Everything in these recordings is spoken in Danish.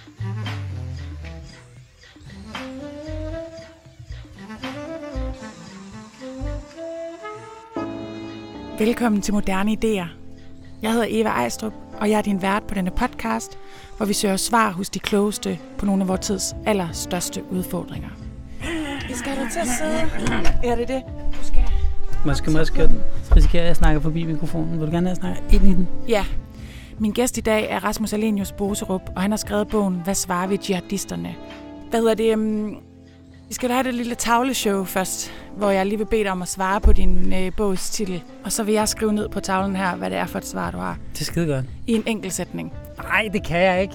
Velkommen til Moderne Idéer. Jeg hedder Eva Ejstrup, og jeg er din vært på denne podcast, hvor vi søger svar hos de klogeste på nogle af vores tids allerstørste udfordringer. Skal du til at sidde? Er det det? Du skal. Måske risikerer jeg snakker forbi mikrofonen. Vil du gerne have, snakke ind i den? Ja. Min gæst i dag er Rasmus Alenius Boserup, og han har skrevet bogen Hvad svarer vi jihadisterne? Hvad hedder det? Vi skal da have det lille tavleshow først, hvor jeg lige vil bede dig om at svare på din bogs titel. Og så vil jeg skrive ned på tavlen her, hvad det er for et svar, du har. Det er skide godt. I en enkelt sætning. Nej, det kan jeg ikke.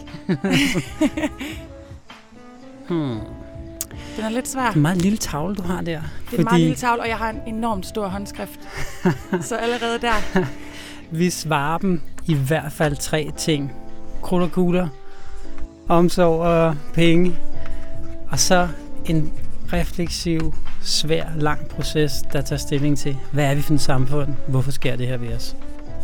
Den er lidt svær. Det er en meget lille tavle, du har der. Det er en meget lille tavle, og jeg har en enormt stor håndskrift. Så allerede der. Vi svarer dem i hvert fald 3 ting. Krudt og kugler, omsorg og penge. Og så en refleksiv, svær, lang proces, der tager stilling til, hvad er vi for et samfund? Hvorfor sker det her ved os?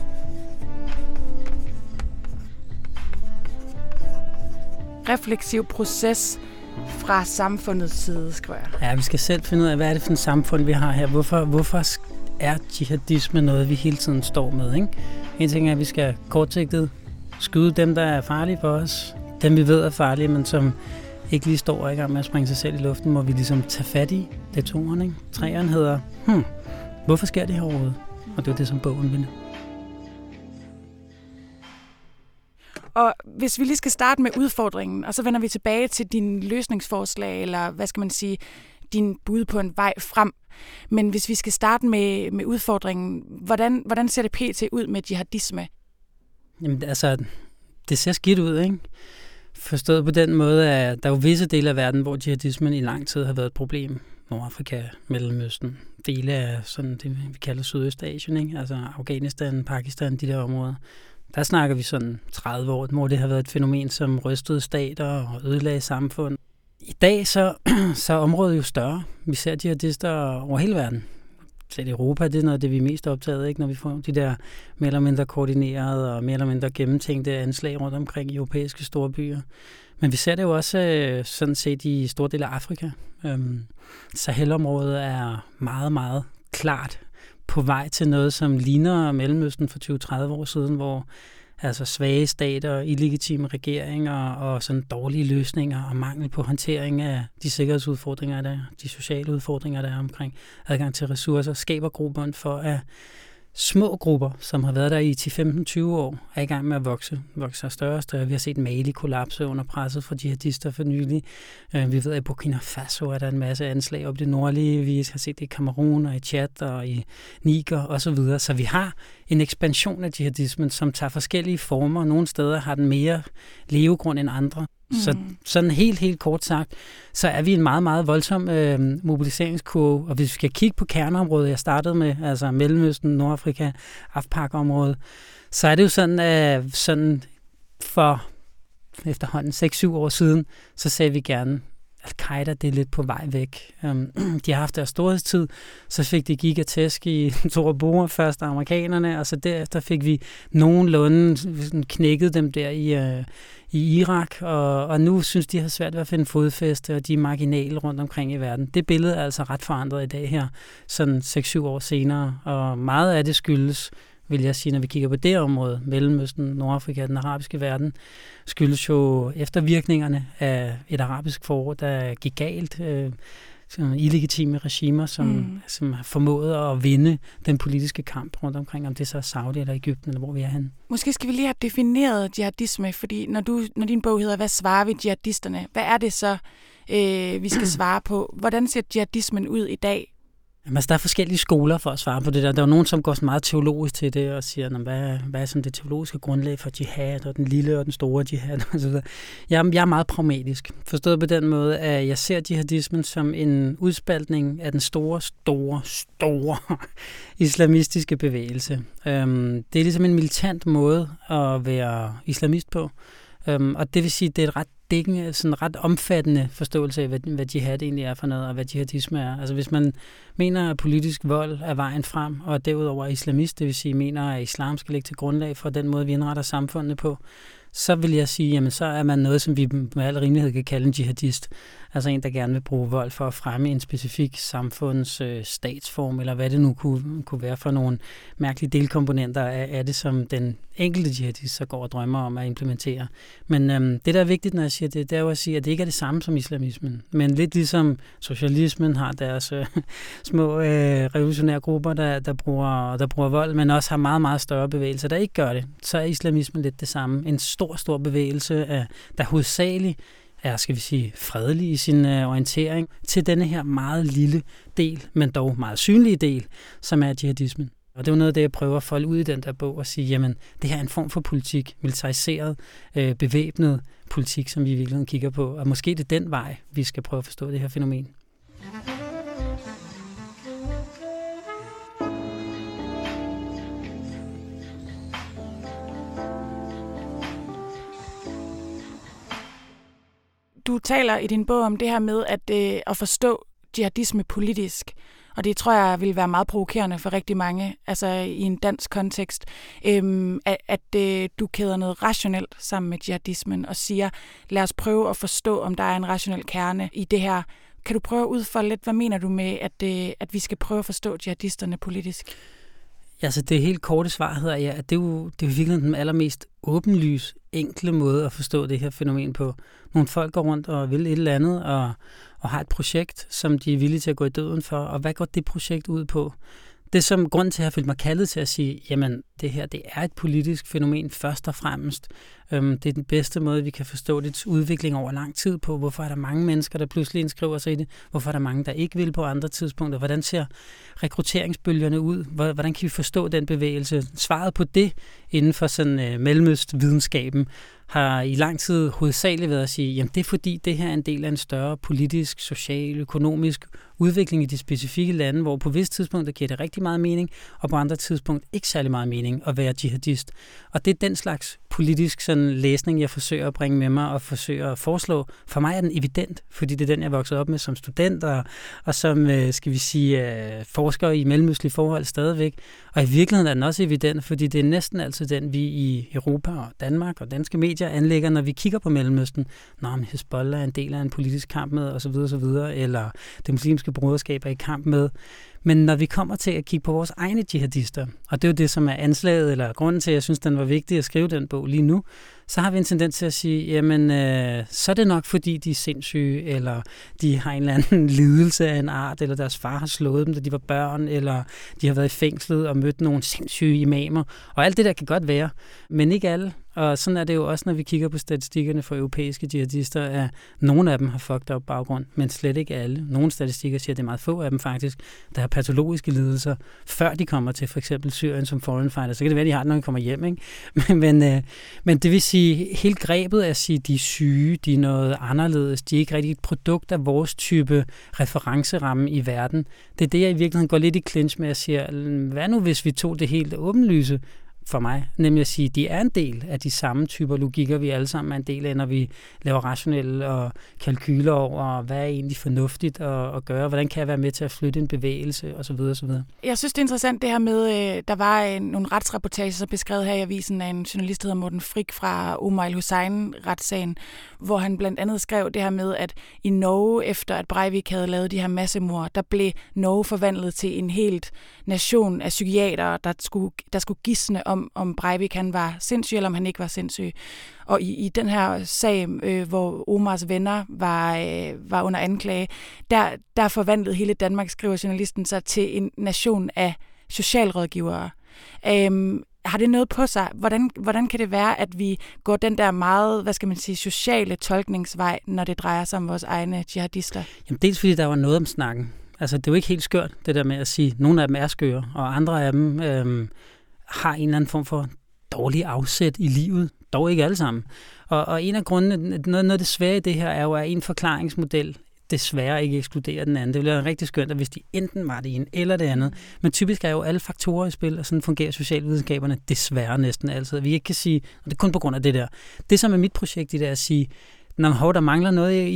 Refleksiv proces fra samfundets side, skriver jeg. Ja, vi skal selv finde ud af, hvad er det for et samfund, vi har her? Hvorfor er jihadisme noget, vi hele tiden står med? Ikke? En ting er, at vi skal kortsigtet skyde dem, der er farlige for os. Dem, vi ved er farlige, men som ikke lige står og i gang med at springe sig selv i luften, må vi ligesom tage fat i. Det er 2'eren, ikke? 3'eren hedder, hvorfor sker det her overhovedet? Og det er det, som bogen vinder. Og hvis vi lige skal starte med udfordringen, og så vender vi tilbage til din løsningsforslag, eller hvad skal man sige, din bud på en vej frem. Men hvis vi skal starte med udfordringen, hvordan ser det pt. Ud med jihadisme? Jamen altså, det ser skidt ud, ikke? Forstået på den måde, at der er jo visse dele af verden, hvor jihadismen i lang tid har været et problem. Nordafrika, Mellemøsten, dele af sådan det, vi kalder Sydøstasien, ikke? Altså Afghanistan, Pakistan, de der områder. Der snakker vi sådan 30 år, hvor det har været et fænomen, som rystede stater og ødelagde samfund. I dag så er området jo større. Vi ser jihadister over hele verden. Selv i Europa, det er noget af det, vi er mest optaget, ikke? Når vi får de der mere eller mindre koordinerede og mere eller mindre gennemtænkte anslag rundt omkring i europæiske store byer. Men vi ser det jo også sådan set i store dele af Afrika. Sahelområdet er meget, meget klart på vej til noget, som ligner Mellemøsten for 20-30 år siden, hvor altså svage stater, illegitime regeringer og sådan dårlige løsninger og mangel på håndtering af de sikkerhedsudfordringer, der er, de sociale udfordringer, der er omkring adgang til ressourcer, skaber grobund for, at små grupper, som har været der i 10-15-20 år, er i gang med at vokse sig større og større. Vi har set Mali kollapse under presset fra jihadister for nylig. Vi ved, at i Burkina Faso er der en masse anslag op i det nordlige. Vi har set det i Kamerun og i Tchad og i Niger osv. Så vi har en ekspansion af jihadismen, som tager forskellige former. Nogle steder har den mere levegrund end andre. Så sådan helt kort sagt, så er vi en meget, meget voldsom mobiliseringskurve. Og hvis vi skal kigge på kerneområdet, jeg startede med, altså Mellemøsten, Nordafrika, Afpak-området, så er det jo sådan for efterhånden 6-7 år siden, så sagde vi gerne, Al-Qaida, det er lidt på vej væk. De har haft deres storhedstid, så fik de gigatæsk i Tora Bora, først amerikanerne, og så derefter fik vi nogenlunde knækket dem der i Irak, og nu synes de har svært ved at finde fodfæste, og de er marginale rundt omkring i verden. Det billede er altså ret forandret i dag her, sådan 6-7 år senere, og meget af det skyldes, vil jeg sige, når vi kigger på det område, Mellemøsten, Nordafrika, den arabiske verden, skyldes jo eftervirkningerne af et arabisk forår, der gik galt. Illegitime regimer, som har formået at vinde den politiske kamp rundt omkring, om det så er Saudi eller Egypten, eller hvor vi er henne. Måske skal vi lige have defineret jihadisme, fordi når din bog hedder, hvad svarer vi jihadisterne? Hvad er det så, vi skal svare på? Hvordan ser jihadismen ud i dag? Jamen, altså, der er forskellige skoler for at svare på det der. Der er jo nogen, som går meget teologisk til det og siger, hvad er sådan det teologiske grundlag for jihad, og den lille og den store jihad og så videre. Jeg er meget pragmatisk. Forstået på den måde, at jeg ser jihadismen som en udspaltning af den store islamistiske bevægelse. Det er ligesom en militant måde at være islamist på. Og det vil sige, at det er et ret dækkende, sådan ret omfattende forståelse af, hvad jihad egentlig er for noget, og hvad jihadisme er. Altså hvis man mener, at politisk vold er vejen frem, og derudover er islamist, det vil sige, mener, at islam skal ligge til grundlag for den måde, vi indretter samfundet på, så vil jeg sige, jamen så er man noget, som vi med al rimelighed kan kalde en jihadist. Altså en, der gerne vil bruge vold for at fremme en specifik samfunds statsform, eller hvad det nu kunne være for nogle mærkelige delkomponenter af det, som den enkelte jihadist så går og drømmer om at implementere. Men det, der er vigtigt, når jeg siger det, det er jo at sige, at det ikke er det samme som islamismen. Men lidt ligesom socialismen har deres små revolutionære grupper, der bruger vold, men også har meget, meget større bevægelser, der ikke gør det, så er islamismen lidt det samme. En stor bevægelse, der hovedsageligt er, skal vi sige, fredelig i sin orientering, til denne her meget lille del, men dog meget synlige del, som er jihadismen. Og det er jo noget af det, jeg prøver at folde ud i den der bog og sige, jamen, det her er en form for politik, militariseret, bevæbnet politik, som vi i virkeligheden kigger på. Og måske det er den vej, vi skal prøve at forstå det her fænomen. Du taler i din bog om det her med at forstå jihadisme politisk, og det tror jeg vil være meget provokerende for rigtig mange, altså i en dansk kontekst, at du kæder noget rationelt sammen med jihadismen og siger, lad os prøve at forstå, om der er en rationel kerne i det her. Kan du prøve at udfolde lidt, hvad mener du med, at vi skal prøve at forstå jihadisterne politisk? Ja, så det helt korte svar hedder, ja, at det er jo virkelig den allermest åbenlys, enkle måde at forstå det her fænomen på. Nogle folk går rundt og vil et eller andet, og har et projekt, som de er villige til at gå i døden for. Og hvad går det projekt ud på? Det som grund til at have følt mig kaldet til at sige, jamen det her, det er et politisk fænomen først og fremmest. Det er den bedste måde, vi kan forstå dets udvikling over lang tid på. Hvorfor er der mange mennesker, der pludselig indskriver sig i det? Hvorfor er der mange, der ikke vil på andre tidspunkter? Hvordan ser rekrutteringsbølgerne ud? Hvordan kan vi forstå den bevægelse? Svaret på det inden for sådan mellemøstvidenskaben har i lang tid hovedsageligt været at sige, jamen det er fordi, det her er en del af en større politisk, social, økonomisk udvikling i de specifikke lande, hvor på visse tidspunkter giver det rigtig meget mening, og på andre tidspunkter ikke særlig meget mening at være jihadist. Og det er den slags politisk sådan læsning, jeg forsøger at bringe med mig og forsøger at foreslå. For mig er den evident, fordi det er den, jeg voksede op med som student og som, skal vi sige, forsker i mellemøstlige forhold stadigvæk. Og i virkeligheden er den også evident, fordi det er næsten altid den, vi i Europa og Danmark og danske medier anlægger, når vi kigger på Mellemøsten. Nå, men Hizbollah er en del af en politisk kamp med, osv., eller det muslimske broderskab er i kamp med. Men når vi kommer til at kigge på vores egne jihadister, og det er jo det, som er anslaget, eller grunden til, at jeg synes, den var vigtig at skrive den bog lige nu, så har vi en tendens til at sige, jamen, så er det nok, fordi de er sindssyge, eller de har en eller anden lidelse af en art, eller deres far har slået dem, da de var børn, eller de har været i fængslet og mødt nogle sindssyge imamer. Og alt det der kan godt være, men ikke alle. Og sådan er det jo også, når vi kigger på statistikkerne for europæiske jihadister, at nogle af dem har fucked up baggrund, men slet ikke alle. Nogle statistikker siger, at det er meget få af dem faktisk, der har patologiske lidelser, før de kommer til for eksempel Syrien som foreign fighter. Så kan det være, at de har det, når de kommer hjem, ikke? Men det vil sige, helt grebet at sige, at de er syge, de er noget anderledes, de er ikke rigtig et produkt af vores type referenceramme i verden. Det er det, jeg i virkeligheden går lidt i clinch med at sige, hvad nu hvis vi tog det helt åbenlyse for mig, nemlig at sige, at de er en del af de samme typer logikker, vi alle sammen er en del af, når vi laver rationelle og kalkyler over, hvad er egentlig fornuftigt at gøre, hvordan kan jeg være med til at flytte en bevægelse, osv. osv. Jeg synes, det er interessant det her med, der var nogle retsreportager beskrevet her i avisen af en journalist, der hedder Morten Frick fra Omar el-Hussein-retssagen, hvor han blandt andet skrev det her med, at i Norge, efter at Breivik havde lavet de her massemord, der blev Norge forvandlet til en helt nation af psykiatere, der skulle gisne om Breivik han var sindssyg, eller om han ikke var sindssyg. Og i den her sag, hvor Omars venner var under anklage, der forvandlede hele Danmark, skriver journalisten, sig til en nation af socialrådgivere. Har det noget på sig? Hvordan kan det være, at vi går den der meget, sociale tolkningsvej, når det drejer sig om vores egne jihadister? Jamen dels fordi der var noget om snakken. Altså det er jo ikke helt skørt, det der med at sige, at nogle af dem er skøre, og andre af dem har en eller anden form for dårlig afsæt i livet, dog ikke alle sammen. Og en af grundene, noget af det svære i det her, er jo, at en forklaringsmodel desværre ikke ekskluderer den anden. Det ville være rigtig skønt, at hvis de enten var det ene eller det andet. Men typisk er jo alle faktorer i spil, og sådan fungerer socialvidenskaberne desværre næsten altid. Vi ikke kan sige, og det er kun på grund af det der. Det som er mit projekt i det, er at sige, der mangler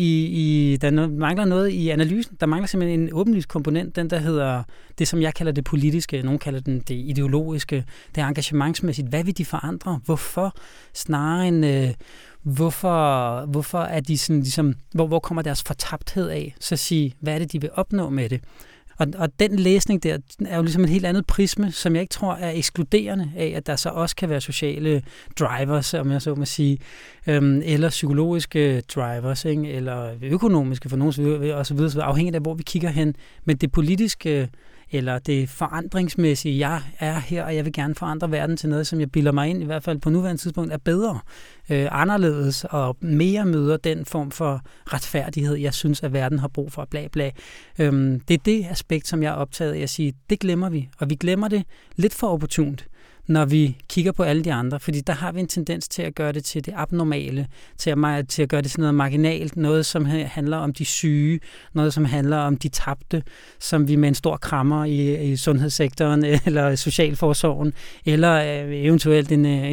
noget i analysen. Der mangler simpelthen en åbenlys komponent, den der hedder det, som jeg kalder det politiske, nogen kalder den det ideologiske, det engagementsmæssigt. Hvad vil de forandre? Hvorfor? Snarere end hvorfor er de sådan ligesom, hvor kommer deres fortabthed af? Så sige, hvad er det, de vil opnå med det? Og den læsning der er jo ligesom et helt andet prisme, som jeg ikke tror er ekskluderende af, at der så også kan være sociale drivers, om jeg så må sige, eller psykologiske drivers, ikke? Eller økonomiske for nogen og så videre, afhængigt af, hvor vi kigger hen. Men det politiske eller det forandringsmæssige, jeg er her, og jeg vil gerne forandre verden til noget, som jeg bilder mig ind, i hvert fald på nuværende tidspunkt, er bedre, anderledes og mere møder den form for retfærdighed, jeg synes, at verden har brug for, bla bla. Det er det aspekt, som jeg er optaget af at sige, det glemmer vi, og vi glemmer det lidt for opportunt, når vi kigger på alle de andre, fordi der har vi en tendens til at gøre det til det abnormale, til at gøre det til noget marginalt, noget som handler om de syge, noget som handler om de tabte, som vi med en stor krammer i sundhedssektoren eller socialforsorgen, eller eventuelt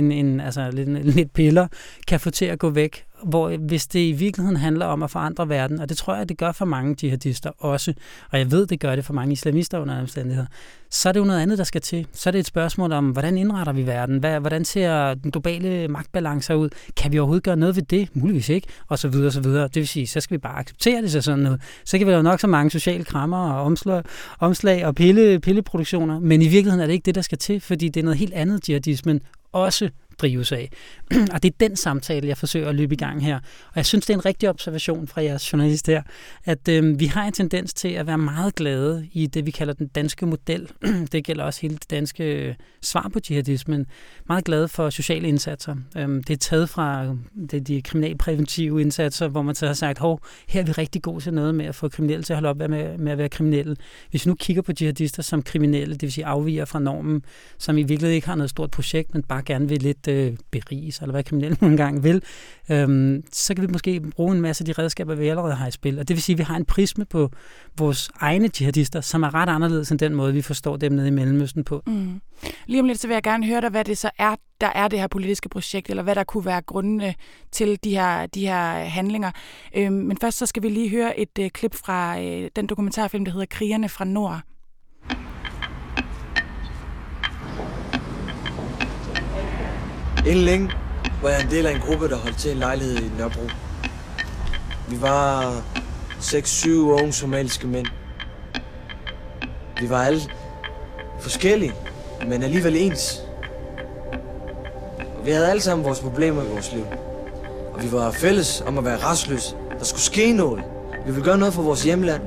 lidt piller, kan få til at gå væk. Hvor hvis det i virkeligheden handler om at forandre verden, og det tror jeg, det gør for mange jihadister også, og jeg ved, det gør det for mange islamister under omstændigheder, så er det jo noget andet, der skal til. Så er det et spørgsmål om, hvordan indretter vi verden? Hvordan ser den globale magtbalancer ud? Kan vi overhovedet gøre noget ved det? Muligvis ikke. Og så videre, og så videre. Det vil sige, så skal vi bare acceptere det sådan noget. Så kan vi jo nok så mange sociale krammer og omslag og pilleproduktioner, men i virkeligheden er det ikke det, der skal til, fordi det er noget helt andet, jihadismen også drives af. Og det er den samtale, jeg forsøger at løbe i gang her. Og jeg synes, det er en rigtig observation fra jeres journalist her, at vi har en tendens til at være meget glade i det, vi kalder den danske model. Det gælder også hele det danske svar på jihadismen. Meget glade for sociale indsatser. Det er taget fra de kriminalpræventive indsatser, hvor man så har sagt, her er vi rigtig gode til noget med at få kriminelle til at holde op med at være kriminelle. Hvis vi nu kigger på jihadister som kriminelle, det vil sige afviger fra normen, som i virkeligheden ikke har noget stort projekt, men bare gerne vil lidt beriges, eller hvad kriminelle nogle gange vil, så kan vi måske bruge en masse af de redskaber, vi allerede har i spil. Og det vil sige, at vi har en prisme på vores egne jihadister, som er ret anderledes end den måde, vi forstår dem nede i Mellemøsten på. Mm. Lige om lidt, så vil jeg gerne høre dig, hvad det så er, der er det her politiske projekt, eller hvad der kunne være grundene til de her handlinger. Men først så skal vi lige høre et klip fra den dokumentarfilm, der hedder Krigerne fra Nord. Inden længe var jeg en del af en gruppe, der holdt til en lejlighed i Nørrebro. Vi var 6-7 unge somaliske mænd. Vi var alle forskellige, men alligevel ens. Og vi havde alle sammen vores problemer i vores liv. Og vi var fælles om at være rastløse. Der skulle ske noget. Vi ville gøre noget for vores hjemland.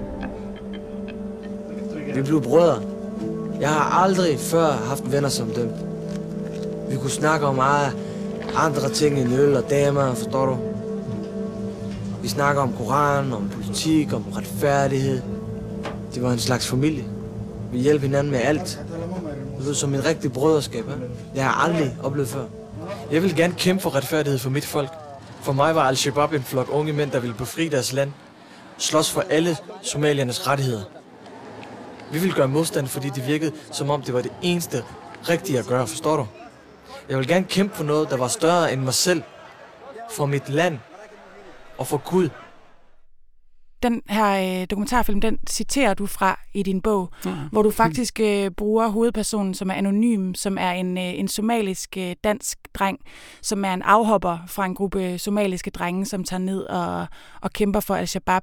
Vi blev brødre. Jeg har aldrig før haft venner som dem. Vi kunne snakke om meget andre ting end øl og damer, forstår du? Vi snakker om Koran, om politik, om retfærdighed. Det var en slags familie. Vi hjalp hinanden med alt. Det lød som en rigtig brøderskab, ja? Jeg har aldrig oplevet før. Jeg vil gerne kæmpe for retfærdighed for mit folk. For mig var Al-Shabaab en flok unge mænd, der ville befri deres land. Slås for alle somaliernes rettigheder. Vi ville gøre modstand, fordi det virkede, som om det var det eneste rigtige at gøre, forstår du? Jeg vil gerne kæmpe for noget, der var større end mig selv. For mit land. Og for Gud. Den her dokumentarfilm, den citerer du fra i din bog, hvor du faktisk bruger hovedpersonen, som er anonym, som er en somalisk dansk dreng, som er en afhopper fra en gruppe somaliske drenge, som tager ned og kæmper for Al-Shabaab.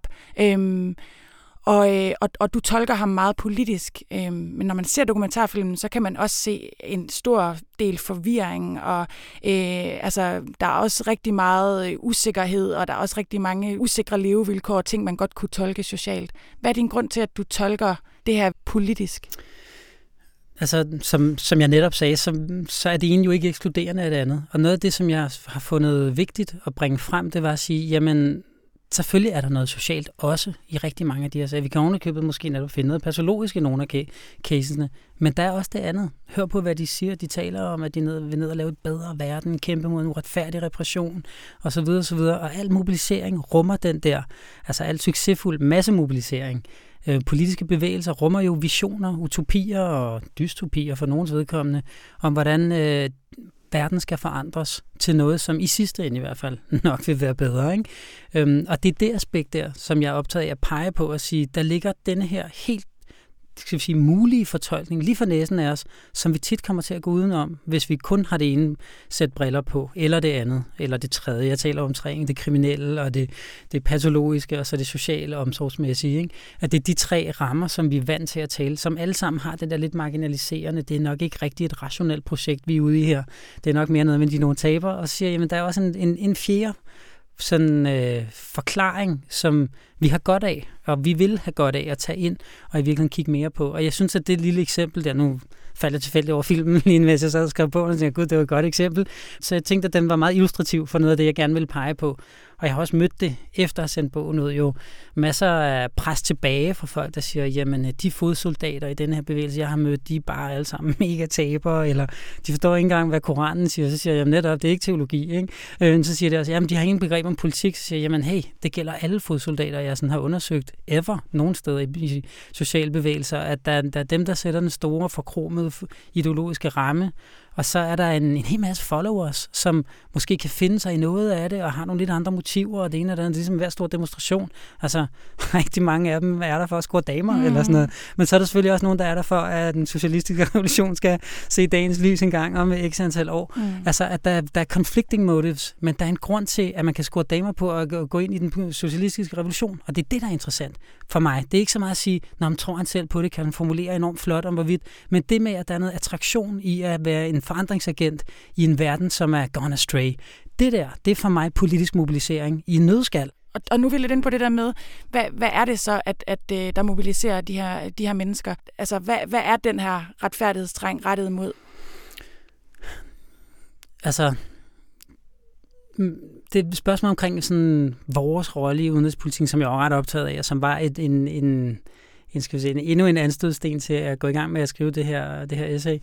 Og du tolker ham meget politisk, men når man ser dokumentarfilmen, så kan man også se en stor del forvirring, og der er også rigtig meget usikkerhed, og der er også rigtig mange usikre levevilkår og ting, man godt kunne tolke socialt. Hvad er din grund til, at du tolker det her politisk? Altså, som jeg netop sagde, så er det ene jo ikke ekskluderende af det andet. Og noget af det, som jeg har fundet vigtigt at bringe frem, det var at sige, jamen, selvfølgelig er der noget socialt også i rigtig mange af de her sager. Vi kan ovenikøbet måske netop finde noget patologisk i nogle af casene, men der er også det andet. Hør på, hvad de siger. De taler om, at de vil ned og lave et bedre verden, kæmpe mod en uretfærdig repression, osv. osv. Og al mobilisering rummer den der, altså al succesfuld massemobilisering. Politiske bevægelser rummer jo visioner, utopier og dystopier for nogens vedkommende, om hvordan verden skal forandres til noget, som i sidste ende i hvert fald nok vil være bedre. Ikke? Og det er det aspekt der, som jeg er optaget af at pege på at sige, der ligger denne her helt mulige fortolkning lige for næsen af os, som vi tit kommer til at gå udenom, hvis vi kun har det ene sæt briller på, eller det andet, eller det tredje. Jeg taler om træning, det kriminelle, og det patologiske, og så det sociale og omsorgsmæssige. Ikke? At det er de tre rammer, som vi er vant til at tale, som alle sammen har den der lidt marginaliserende. Det er nok ikke rigtig et rationelt projekt, vi er ude i her. Det er nok mere nødvendigt nogle taber, og så siger jeg, jamen der er også en fjerde sådan forklaring, som vi har godt af, og vi vil have godt af at tage ind, og i virkeligheden kigge mere på. Og jeg synes, at det lille eksempel der, nu faldt jeg tilfældigt over filmen, lige mens jeg sad og skrev på, og tænkte, gud, det var et godt eksempel. Så jeg tænkte, at den var meget illustrativ for noget af det, jeg gerne ville pege på. Og jeg har også mødt det, efter at have sendt bogen ud, jo masser af pres tilbage fra folk, der siger, jamen de fodsoldater i den her bevægelse, jeg har mødt, de er bare alle sammen mega tabere, eller de forstår ikke engang, hvad Koranen siger. Så siger jeg, jamen netop, det er ikke teologi. Ikke? Så siger de også, jamen de har ingen begreb om politik. Så siger jeg, jamen hey, det gælder alle fodsoldater, jeg sådan har undersøgt nogen steder i sociale bevægelser, at der er dem, der sætter den store, forkromede ideologiske ramme, og så er der en hel masse followers, som måske kan finde sig i noget af det, og har nogle lidt andre motiver, og det ene og det andet, ligesom hver stor demonstration. Altså, rigtig mange af dem er der for at score damer, eller sådan noget. Men så er der selvfølgelig også nogen, der er der for, at den socialistiske revolution skal se dagens lys en gang om x antal år. Altså, at der er conflicting motives, men der er en grund til, at man kan score damer på at gå ind i den socialistiske revolution, og det er det, der er interessant for mig. Det er ikke så meget at sige, når man tror han selv på det, kan han formulere enormt flot om hvorvidt, men det med, at der er noget attraktion i at være en forandringsagent i en verden, som er gone astray. Det er for mig politisk mobilisering i en nødskal. Og nu er vi lidt inde på det der med, hvad er det så, at der mobiliserer de her mennesker? Altså, hvad er den her retfærdighedstræng rettet mod? Altså, det er et spørgsmål omkring sådan vores rolle i udenrigspolitikken, som jeg er ret optaget af, og som var endnu en anstødsten til at gå i gang med at skrive det her essay.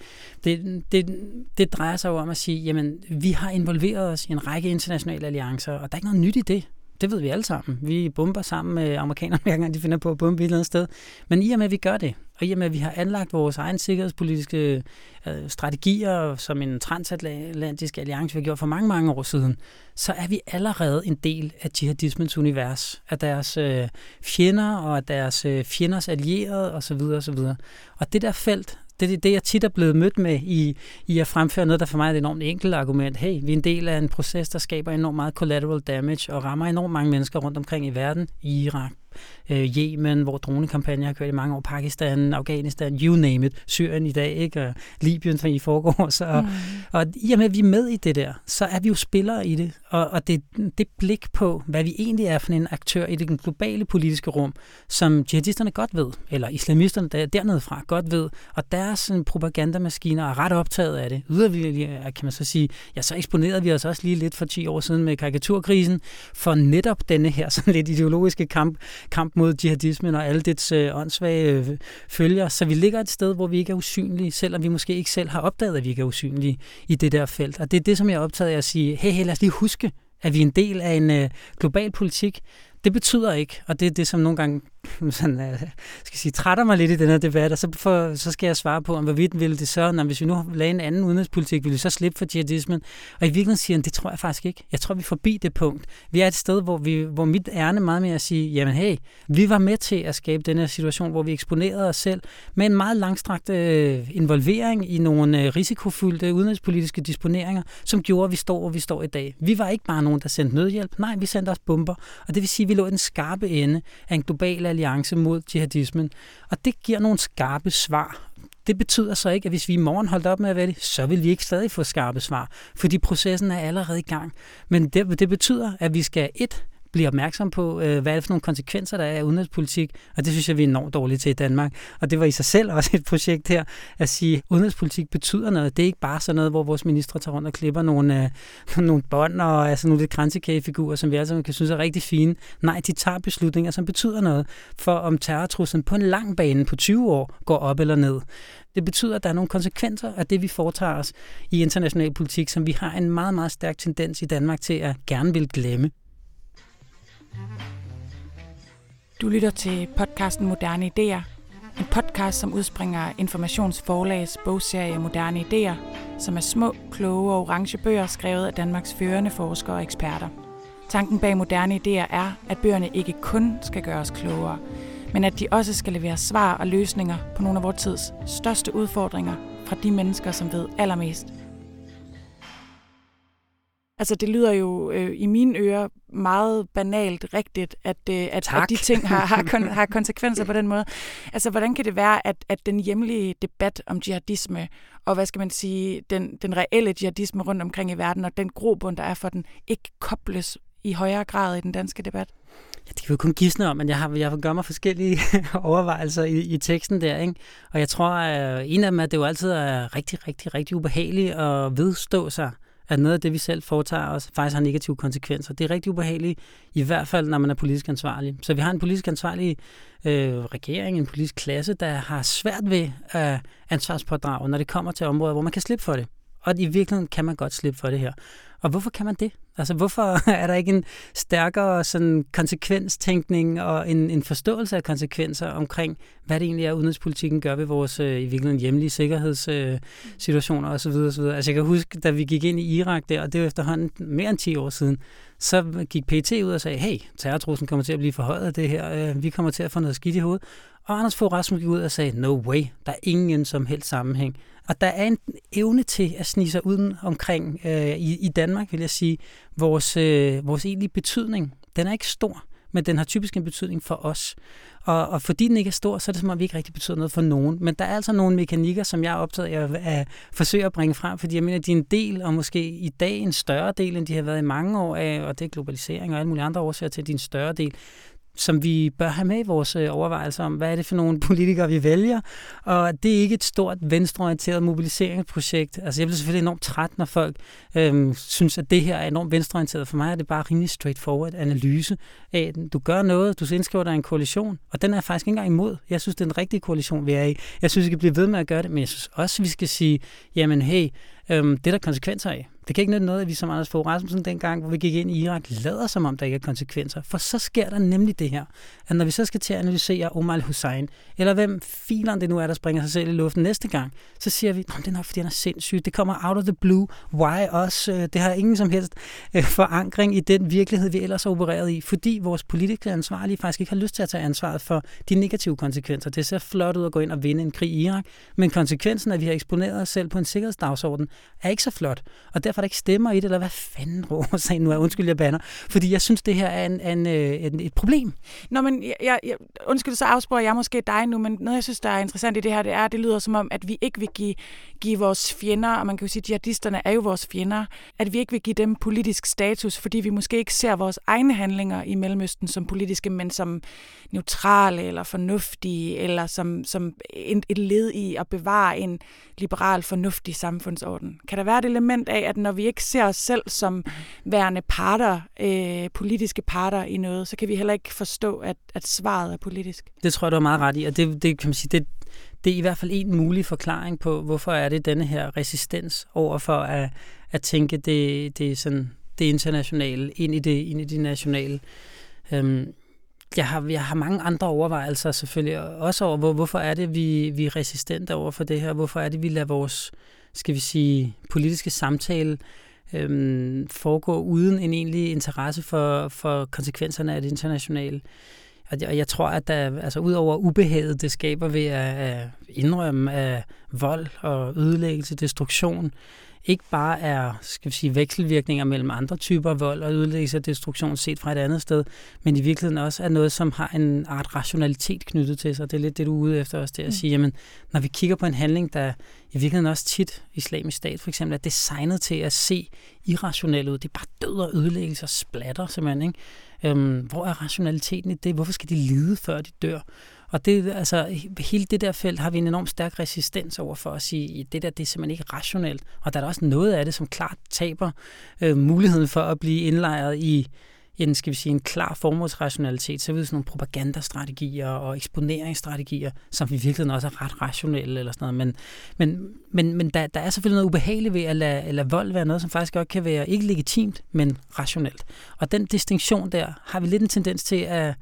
Det drejer sig jo om at sige, jamen, vi har involveret os i en række internationale alliancer, og der er ikke noget nyt i det. Det ved vi alle sammen. Vi bomber sammen med amerikanerne, hver gang de finder på at bombe et eller andet sted. Men i og med, at vi gør det, og i og med, at vi har anlagt vores egen sikkerhedspolitiske strategier som en transatlantisk alliance, vi har gjort for mange, mange år siden, så er vi allerede en del af jihadismens univers, af deres fjender og af deres fjenders allierede osv. osv. Og det der felt, det er det, jeg tit er blevet mødt med i at fremføre noget, der for mig er et enormt enkelt argument. Hey, vi er en del af en proces, der skaber enormt meget collateral damage og rammer enormt mange mennesker rundt omkring i verden, i Irak, Yemen, hvor dronekampagner har kørt i mange år, Pakistan, Afghanistan, you name it, Syrien i dag, ikke? Og Libyen i forgårs. Og i og med, at vi er med i det der, så er vi jo spillere i det. Og det blik på, hvad vi egentlig er for en aktør i det globale politiske rum, som jihadisterne godt ved, eller islamisterne dernede fra godt ved, og deres propagandamaskiner er ret optaget af det. Yderligere kan man så sige, ja, så eksponerede vi os også lige lidt for 10 år siden med karikaturkrisen, for netop denne her sådan lidt ideologiske kamp mod jihadismen og alle dets åndssvage følger. Så vi ligger et sted, hvor vi ikke er usynlige, selvom vi måske ikke selv har opdaget, at vi ikke er usynlige i det der felt. Og det er det, som jeg er optaget af at sige, hey, lad os lige huske, at vi er en del af en global politik. Det betyder ikke, og det er det, som nogle gange trætter mig lidt i den her debat, og så skal jeg svare på, om hvorvidt ville det så, hvis vi nu lagde en anden udenrigspolitik, ville vi så slippe for jihadismen? Og i virkeligheden siger han, det tror jeg faktisk ikke. Jeg tror, vi er forbi det punkt. Vi er et sted, hvor mit ærne meget mere at sige, jamen hey, vi var med til at skabe den her situation, hvor vi eksponerede os selv med en meget langstrakt involvering i nogle risikofyldte udenrigspolitiske disponeringer, som gjorde, at vi står, hvor vi står i dag. Vi var ikke bare nogen, der sendte nødhjælp. Nej, vi sendte også bomber. Og det vil sige, at vi lå i den skarpe ende af en global alliance mod jihadismen. Og det giver nogle skarpe svar. Det betyder så ikke, at hvis vi i morgen holdt op med at være det, så vil vi ikke stadig få skarpe svar, fordi processen er allerede i gang. Men det betyder, at vi skal blive opmærksom på, hvad er det for nogle konsekvenser, der er af udenrigspolitik, og det synes jeg, vi er enormt dårlige til i Danmark. Og det var i sig selv også et projekt her, at sige, at udenrigspolitik betyder noget. Det er ikke bare sådan noget, hvor vores ministre tager rundt og klipper nogle bånd og altså nogle lidt kransekagefigurer, som vi alle sammen kan synes er rigtig fine. Nej, de tager beslutninger, som betyder noget, for om terrortruslen på en lang bane på 20 år går op eller ned. Det betyder, at der er nogle konsekvenser af det, vi foretager os i international politik, som vi har en meget, meget stærk tendens i Danmark til at gerne vil glemme. Du lytter til podcasten Moderne Idéer. En podcast, som udspringer af Informationsforlags bogserie Moderne Idéer, som er små, kloge og orange bøger skrevet af Danmarks førende forskere og eksperter. Tanken bag Moderne Idéer er, at bøgerne ikke kun skal gøre os klogere, men at de også skal levere svar og løsninger på nogle af vores tids største udfordringer fra de mennesker, som ved allermest. Altså det lyder jo i mine ører meget banalt rigtigt, at de ting har konsekvenser på den måde. Altså hvordan kan det være, at den hjemlige debat om jihadisme, og hvad skal man sige, den reelle jihadisme rundt omkring i verden, og den grobund, der er for den, ikke kobles i højere grad i den danske debat? Ja, det kan vi jo kun gisne om, men jeg har gør mig forskellige overvejelser i teksten der, ikke? Og jeg tror, at en af dem er, at det jo altid er rigtig ubehageligt at vedstå sig, at noget af det, vi selv foretager os, faktisk har negative konsekvenser. Det er rigtig ubehageligt, i hvert fald, når man er politisk ansvarlig. Så vi har en politisk ansvarlig regering, en politisk klasse, der har svært ved at ansvarspådrage, når det kommer til områder, hvor man kan slippe for det. Og i virkeligheden kan man godt slippe for det her. Og hvorfor kan man det? Altså, hvorfor er der ikke en stærkere sådan konsekvenstænkning og en forståelse af konsekvenser omkring, hvad det egentlig er, udenrigspolitikken gør ved vores i virkeligheden hjemlige sikkerhedssituationer osv. Altså, jeg kan huske, da vi gik ind i Irak der, og det var efterhånden mere end 10 år siden, så gik PET ud og sagde, hey, terrortruslen kommer til at blive forhøjet af det her, vi kommer til at få noget skidt i hovedet. Og Anders Fogh Rasmussen gik ud og sagde, no way, der er ingen som helst sammenhæng. Og der er en evne til at snige sig uden omkring i Danmark, vil jeg sige, vores egentlige betydning. Den er ikke stor, men den har typisk en betydning for os. Og fordi den ikke er stor, så er det som om, vi ikke rigtig betyder noget for nogen. Men der er altså nogle mekanikker, som jeg er optaget af at forsøge at bringe frem, fordi jeg mener, de er en del, og måske i dag en større del, end de har været i mange år af, og det er globalisering og alle mulige andre årsager til, at de er en større del, som vi bør have med i vores overvejelser om, hvad er det for nogle politikere, vi vælger. Og det er ikke et stort venstreorienteret mobiliseringsprojekt. Altså jeg bliver selvfølgelig enormt træt, når folk synes, at det her er enormt venstreorienteret. For mig er det bare rimelig straightforward analyse af, at du gør noget, du indskriver dig en koalition, og den er jeg faktisk ikke engang imod. Jeg synes, det er en rigtig koalition, vi er i. Jeg synes, vi skal blive ved med at gøre det, men jeg synes også, vi skal sige, jamen hey, det er der konsekvenser af. Det kan ikke nytte noget, at vi som Anders Fogh Rasmussen dengang, hvor vi gik ind i Irak, lader som om, der ikke er konsekvenser. For så sker der nemlig det her, at når vi så skal til at analysere Omar al-Hussein, eller hvem fileren det nu er, der springer sig selv i luften næste gang, så siger vi, det er nok, fordi han er sindssyg. Det kommer out of the blue. Why us? Det har ingen som helst forankring i den virkelighed, vi ellers har opereret i, fordi vores politiske ansvarlige faktisk ikke har lyst til at tage ansvaret for de negative konsekvenser. Det ser flot ud at gå ind og vinde en krig i Irak, men konsekvensen af, at vi har eksponeret os selv på en sikkerhedsdagsorden, er ikke så flot. Og derfor er der ikke stemmer i det, eller hvad fanden råser nu er. Undskyld, jeg bander. Fordi jeg synes, det her er et problem. Nå, men undskyld, så afspørger jeg måske dig nu, men noget, jeg synes, der er interessant i det her, det er, at det lyder som om, at vi ikke vil give vores fjender, og man kan jo sige, at jihadisterne er jo vores fjender, at vi ikke vil give dem politisk status, fordi vi måske ikke ser vores egne handlinger i Mellemøsten som politiske, men som neutrale eller fornuftige, eller som et led i at bevare en liberal, fornuftig samfundsorden. Kan der være et element af, at når vi ikke ser os selv som værende parter, politiske parter i noget, så kan vi heller ikke forstå, at svaret er politisk? Det tror jeg, du har meget ret i, og det kan man sige, det er i hvert fald en mulig forklaring på, hvorfor er det denne her resistens overfor at tænke det internationale ind i det nationale. Jeg har mange andre overvejelser selvfølgelig, også over, hvorfor er det, vi er resistente over for det her? Hvorfor er det, vi lader vores, skal vi sige, politiske samtale foregå uden en egentlig interesse for konsekvenserne af det internationale? Og jeg tror, at der, altså ud over ubehaget, det skaber ved at indrømme af vold og ødelæggelse, destruktion, ikke bare er, skal vi sige, vekselvirkninger mellem andre typer vold og ødelæggelse og destruktion set fra et andet sted, men i virkeligheden også er noget, som har en art rationalitet knyttet til sig. Det er lidt det, du er ude efter os til at sige, jamen, når vi kigger på en handling, der i virkeligheden også tit, Islamisk Stat for eksempel, er designet til at se irrationelt ud. Det er bare død og ødelæggelse og splatter, simpelthen, ikke? Hvor er rationaliteten i det? Hvorfor skal de lide, før de dør? Og det, altså, hele det der felt har vi en enormt stærk resistens over for at sige, at det der, det er simpelthen ikke rationelt. Og der er der også noget af det, som klart taber muligheden for at blive indlejret i en klar formålsrationalitet, så er det sådan nogle propagandastrategier og eksponeringsstrategier, som i virkeligheden også er ret rationelle eller sådan noget. Men der er selvfølgelig noget ubehageligt ved at lade vold være noget, som faktisk godt kan være ikke legitimt, men rationelt. Og den distinktion der har vi lidt en tendens til at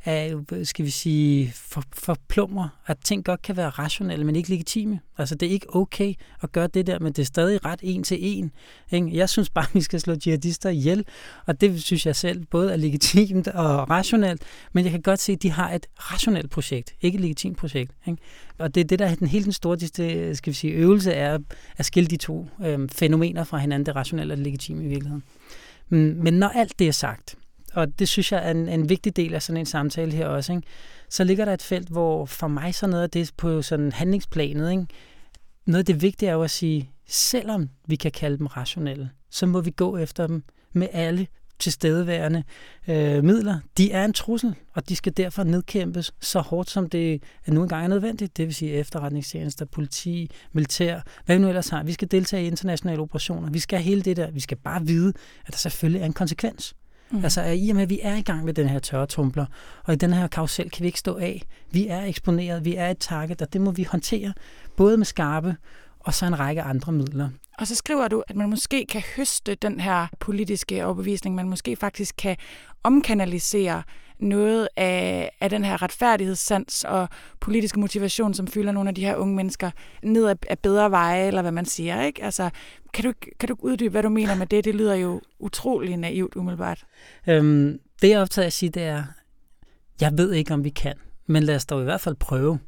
skal vi sige, forplumrer, at ting godt kan være rationelle, men ikke legitime. Altså, det er ikke okay at gøre det der, men det er stadig ret en til en. Ikke? Jeg synes bare, vi skal slå jihadister ihjel, og det synes jeg selv både er legitimt og rationelt, men jeg kan godt se, at de har et rationelt projekt, ikke et legitimt projekt. Ikke? Og det er det, der er den helt store skal vi sige, øvelse er at skille de to fænomener fra hinanden, det rationelle og det legitime i virkeligheden. Men når alt det er sagt, og det synes jeg er en vigtig del af sådan en samtale her også, ikke? Så ligger der et felt, hvor for mig så noget af det på sådan handlingsplanet, ikke? Noget af det vigtige er jo at sige, selvom vi kan kalde dem rationelle, så må vi gå efter dem med alle tilstedeværende midler. De er en trussel, og de skal derfor nedkæmpes så hårdt, som det nu engang er nødvendigt. Det vil sige efterretningstjenester, politi, militær, hvad vi nu ellers har. Vi skal deltage i internationale operationer. Vi skal have hele det der. Vi skal bare vide, at der selvfølgelig er en konsekvens. Altså i og med, at vi er i gang med den her tørretumbler, og i den her karusel kan vi ikke stå af. Vi er eksponeret, vi er et target, og det må vi håndtere, både med skarpe og så en række andre midler. Og så skriver du, at man måske kan høste den her politiske overbevisning, man måske faktisk kan omkanalisere noget af den her retfærdighedssans og politiske motivation, som fylder nogle af de her unge mennesker ned af bedre veje, eller hvad man siger, ikke? Altså, kan du uddybe, hvad du mener med det? Det lyder jo utrolig naivt umiddelbart. Det jeg er optaget af at sige, det er, jeg ved ikke, om vi kan, men lad os dog i hvert fald prøve.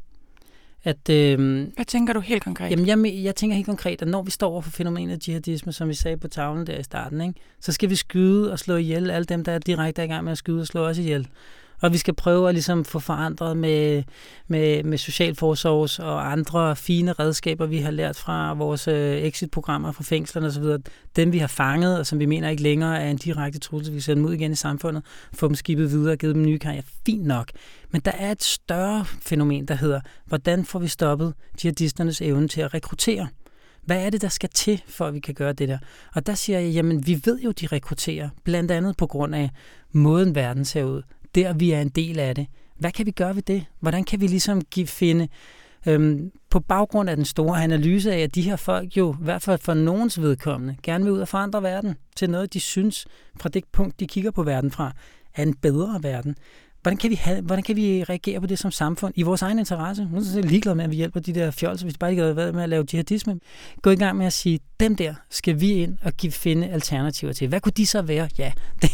Hvad tænker du helt konkret? Jamen, jeg tænker helt konkret, at når vi står over for fænomenet jihadisme, som vi sagde på tavlen der i starten, ikke, så skal vi skyde og slå ihjel alle dem, der er direkte i gang med at skyde og slå os ihjel. Og vi skal prøve at ligesom få forandret med socialforsorgs og andre fine redskaber, vi har lært fra vores exit-programmer fra fængslerne osv. Dem, vi har fanget, og som vi mener ikke længere er en direkte trussel, vi sætter dem ud igen i samfundet, få dem skibet videre og givet dem nye karriere. Fint nok. Men der er et større fænomen, der hedder, hvordan får vi stoppet jihadisternes evne til at rekruttere? Hvad er det, der skal til, for at vi kan gøre det der? Og der siger jeg, jamen vi ved jo, de rekrutterer, blandt andet på grund af måden verden ser ud. Der vi er en del af det. Hvad kan vi gøre ved det? Hvordan kan vi ligesom finde på baggrund af den store analyse af, at de her folk jo, i hvert fald for nogens vedkommende, gerne vil ud og forandre verden til noget, de synes, fra det punkt, de kigger på verden fra, er en bedre verden. Hvordan kan vi reagere på det som samfund i vores egen interesse? Nu er jeg ligeglad med, at vi hjælper de der fjolser, hvis de bare ikke har været med at lave jihadisme. Gå i gang med at sige, dem der skal vi ind og finde alternativer til. Hvad kunne de så være? Ja,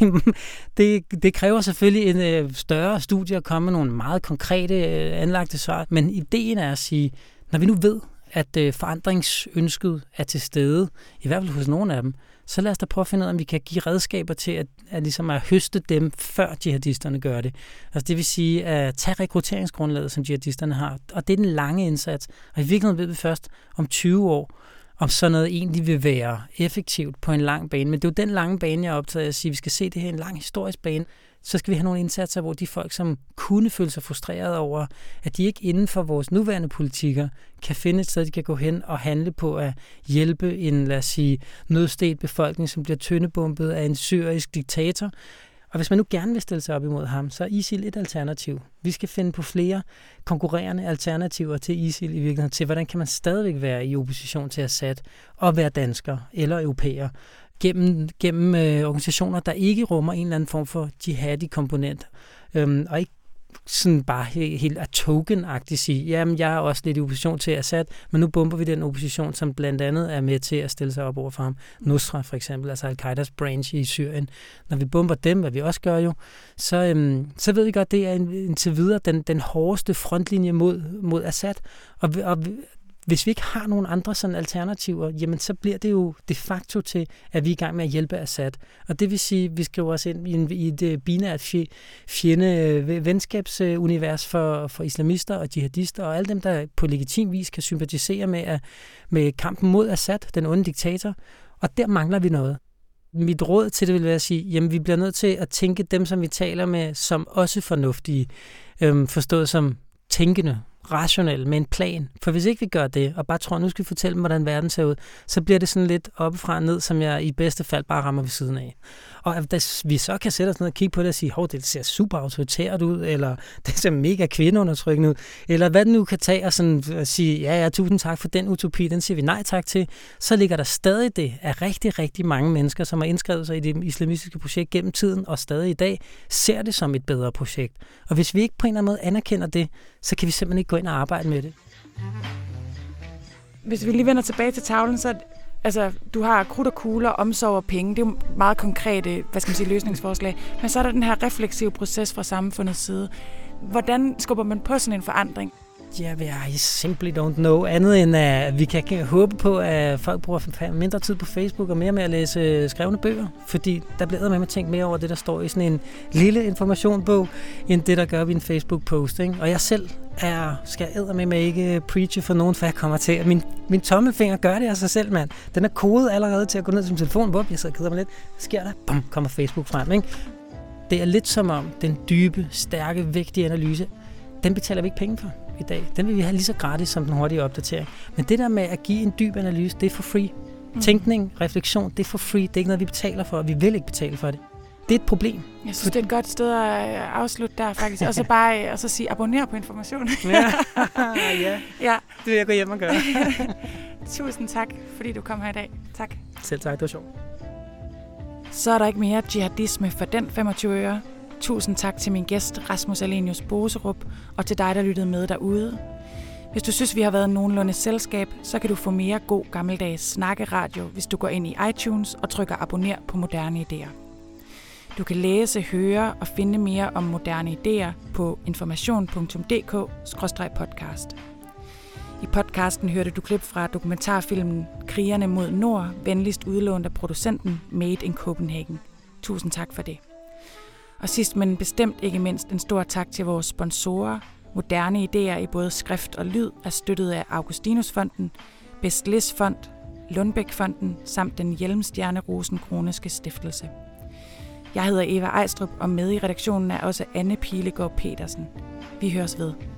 det kræver selvfølgelig en større studie at komme med nogle meget konkrete anlagte svar, men ideen er at sige, når vi nu ved, at forandringsønsket er til stede, i hvert fald hos nogle af dem, så lad os da prøve at finde ud af, om vi kan give redskaber til at høste dem, før jihadisterne gør det. Altså det vil sige at tage rekrutteringsgrundlaget, som jihadisterne har. Og det er den lange indsats. Og i virkeligheden ved vi først om 20 år, om sådan noget egentlig vil være effektivt på en lang bane. Men det er jo den lange bane, jeg er optaget af at sige, at vi skal se det her en lang historisk bane. Så skal vi have nogle indsatser, hvor de folk, som kunne føle sig frustreret over, at de ikke inden for vores nuværende politikker kan finde et sted, de kan gå hen og handle på at hjælpe en, lad os sige, nødstedt befolkning, som bliver tyndebombet af en syrisk diktator. Og hvis man nu gerne vil stille sig op imod ham, så er ISIL et alternativ. Vi skal finde på flere konkurrerende alternativer til ISIL i virkeligheden, til hvordan kan man stadigvæk være i opposition til Assad og være dansker eller europæer. Gennem organisationer, der ikke rummer en eller anden form for jihadi-komponent, og ikke sådan bare helt token-agtigt sige, jamen jeg er også lidt i opposition til Assad, men nu bomber vi den opposition, som blandt andet er med til at stille sig op over for ham. Nusra for eksempel, altså Al-Qaidas branch i Syrien. Når vi bomber dem, hvad vi også gør jo, så ved vi godt, det er indtil videre den hårdeste frontlinje mod Assad, og hvis vi ikke har nogen andre sådan alternativer, jamen så bliver det jo de facto til, at vi er i gang med at hjælpe Assad. Og det vil sige, at vi skriver os ind i et binært venskabsunivers for islamister og jihadister, og alle dem, der på legitim vis kan sympatisere med kampen mod Assad, den onde diktator. Og der mangler vi noget. Mit råd til det vil være at sige, jamen vi bliver nødt til at tænke dem, som vi taler med, som også fornuftige, forstået som tænkende, rationelle, med en plan. For hvis ikke vi gør det, og bare tror, nu skal vi fortælle dem, hvordan verden ser ud, så bliver det sådan lidt oppefra og ned, som jeg i bedste fald bare rammer ved siden af. Og at vi så kan sætte os ned og kigge på det og sige, det ser super autoritært ud, eller det ser mega kvindeundertrykkende ud, eller hvad den nu kan tage og sådan sige, ja, tusind tak for den utopi, den siger vi nej tak til, så ligger der stadig det af rigtig, rigtig mange mennesker, som har indskrevet sig i det islamistiske projekt gennem tiden, og stadig i dag ser det som et bedre projekt. Og hvis vi ikke på en eller anden måde anerkender det, så kan vi simpelthen ikke gå ind og arbejde med det. Hvis vi lige vender tilbage til tavlen, så du har krudt og kugler, omsorg og penge. Det er jo meget konkrete, løsningsforslag. Men så er der den her refleksive proces fra samfundets side. Hvordan skubber man på sådan en forandring? I simply don't know. Andet end, at vi kan håbe på, at folk bruger mindre tid på Facebook og mere med at læse skrevne bøger. Fordi der bliver med tænkt mere over det, der står i sådan en lille informationbog, end det, der gør op i en Facebook-post. Ikke? Og jeg selv skal eddermedme ikke preache for nogen, for jeg kommer til. At min tommelfinger gør det af sig selv, mand. Den er kodet allerede til at gå ned til min telefon. Hvor jeg sidder og keder mig lidt. Sker der? Bum, kommer Facebook frem. Ikke? Det er lidt som om den dybe, stærke, vigtige analyse, den betaler vi ikke penge for i dag. Den vil vi have lige så gratis som den hurtige opdatering. Men det der med at give en dyb analyse, det er for free. Tænkning, refleksion, det er for free. Det er ikke noget, vi betaler for, og vi vil ikke betale for det. Det er et problem. Jeg synes, det er et godt sted at afslutte der, faktisk. Og så bare sige, abonner på Information. Ja, det vil jeg gå hjem og gøre. Tusind tak, fordi du kom her i dag. Tak. Selv tak, det var sjovt. Så er der ikke mere jihadisme for den 25 øre. Tusind tak til min gæst, Rasmus Alenius Boserup, og til dig, der lyttede med derude. Hvis du synes, vi har været nogenlunde selskab, så kan du få mere god gammeldags snakkeradio, hvis du går ind i iTunes og trykker abonner på Moderne Idéer. Du kan læse, høre og finde mere om moderne idéer på information.dk/podcast. I podcasten hørte du klip fra dokumentarfilmen Krigerne mod Nord, venligst udlånt af producenten Made in Copenhagen. Tusind tak for det. Og sidst, men bestemt ikke mindst, en stor tak til vores sponsorer. Moderne Idéer i både skrift og lyd er støttet af Augustinusfonden, Bestlis Fond, Lundbæk-fonden samt den Hjelmstjerne Rosenkroniske Stiftelse. Jeg hedder Eva Ejstrup, og med i redaktionen er også Anne Pilegaard Petersen. Vi høres ved.